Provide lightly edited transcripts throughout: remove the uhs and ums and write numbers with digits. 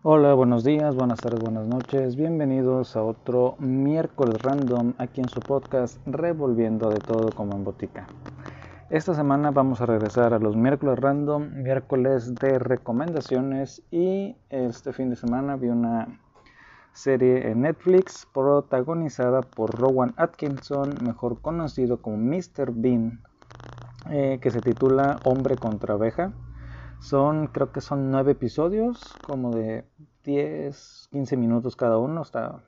Hola, buenos días, buenas tardes, buenas noches. Bienvenidos a otro miércoles random aquí en su podcast Revolviendo de todo como en botica. Esta semana vamos a regresar a los miércoles random, miércoles de recomendaciones, y este fin de semana vi una serie en Netflix protagonizada por Rowan Atkinson, mejor conocido como Mr. Bean, que se titula Hombre contra Abeja. Creo que son 9 episodios, como de 10, 15 minutos cada uno. Está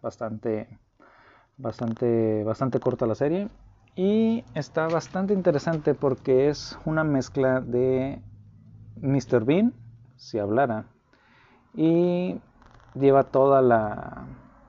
bastante corta la serie. Y está bastante interesante porque es una mezcla de Mr. Bean, si hablara, y lleva toda la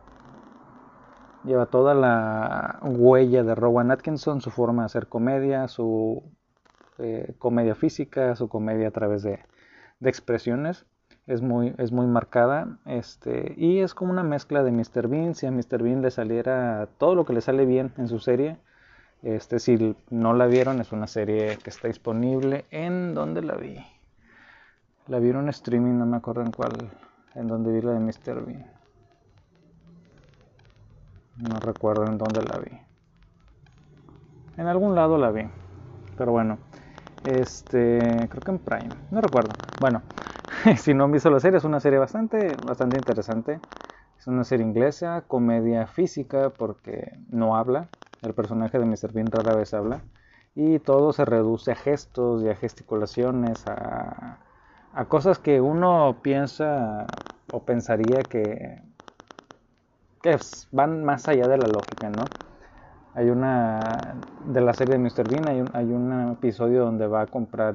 huella de Rowan Atkinson, su forma de hacer comedia, su comedia física, su comedia a través de expresiones. Es muy marcada, y es como una mezcla de Mr. Bean. Si a Mr. Bean le saliera todo lo que le sale bien en su serie, si no la vieron, es una serie que está disponible en donde la vi. La vi en un streaming, no me acuerdo en donde vi la de Mr. Bean. No recuerdo en dónde la vi. En algún lado la vi, pero bueno, creo que en Prime, no recuerdo. Bueno, si no han visto la serie, es una serie bastante interesante. Es una serie inglesa, comedia física, porque no habla. El personaje de Mr. Bean rara vez habla. Y todo se reduce a gestos y a gesticulaciones, a cosas que uno piensa o pensaría que van más allá de la lógica, ¿no? Hay una de la serie de Mr. Bean, hay un episodio donde va a comprar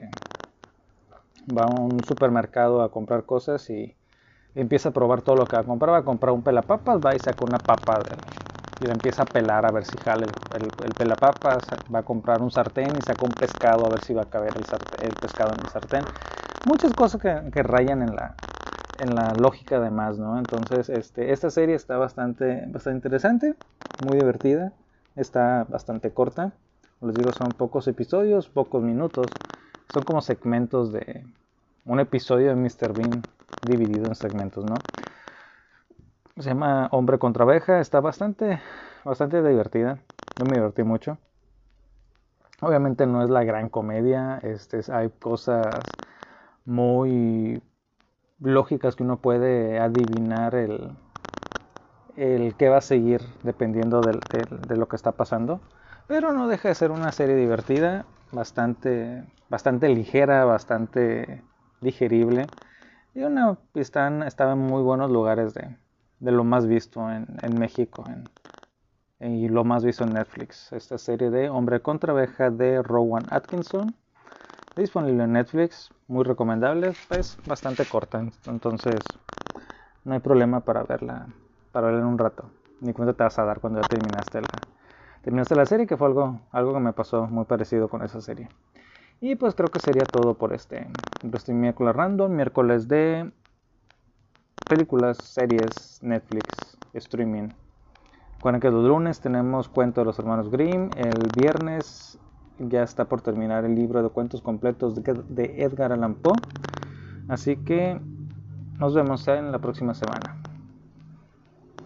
va a un supermercado a comprar cosas y empieza a probar todo lo que va a comprar. Va a comprar un pelapapas, va y saca una papa y la empieza a pelar a ver si jala el pelapapas. Va a comprar un sartén y saca un pescado a ver si va a caber el pescado en el sartén. Muchas cosas que rayan en la lógica además, ¿no? Entonces esta serie está bastante interesante, muy divertida, está bastante corta. Les digo, son pocos episodios, pocos minutos. Son como segmentos de un episodio de Mr. Bean dividido en segmentos, ¿no? Se llama Hombre contra Abeja. Está bastante divertida. Yo me divertí mucho. Obviamente no es la gran comedia. Hay cosas muy lógicas que uno puede adivinar el qué va a seguir dependiendo de lo que está pasando. Pero no deja de ser una serie divertida, bastante ligera, bastante digerible. Y estaba en muy buenos lugares de lo más visto en México y lo más visto en Netflix. Esta serie de Hombre contra Abeja de Rowan Atkinson, disponible en Netflix, muy recomendable. Es bastante corta, entonces no hay problema para verla en un rato. Ni cuenta te vas a dar cuando ya terminaste la serie, que fue algo que me pasó muy parecido con esa serie. Y pues creo que sería todo por este miércoles random, miércoles de películas, series, Netflix, streaming. Recuerden que los lunes tenemos Cuento de los Hermanos Grimm. El viernes ya está por terminar el libro de cuentos completos de Edgar Allan Poe. Así que nos vemos en la próxima semana.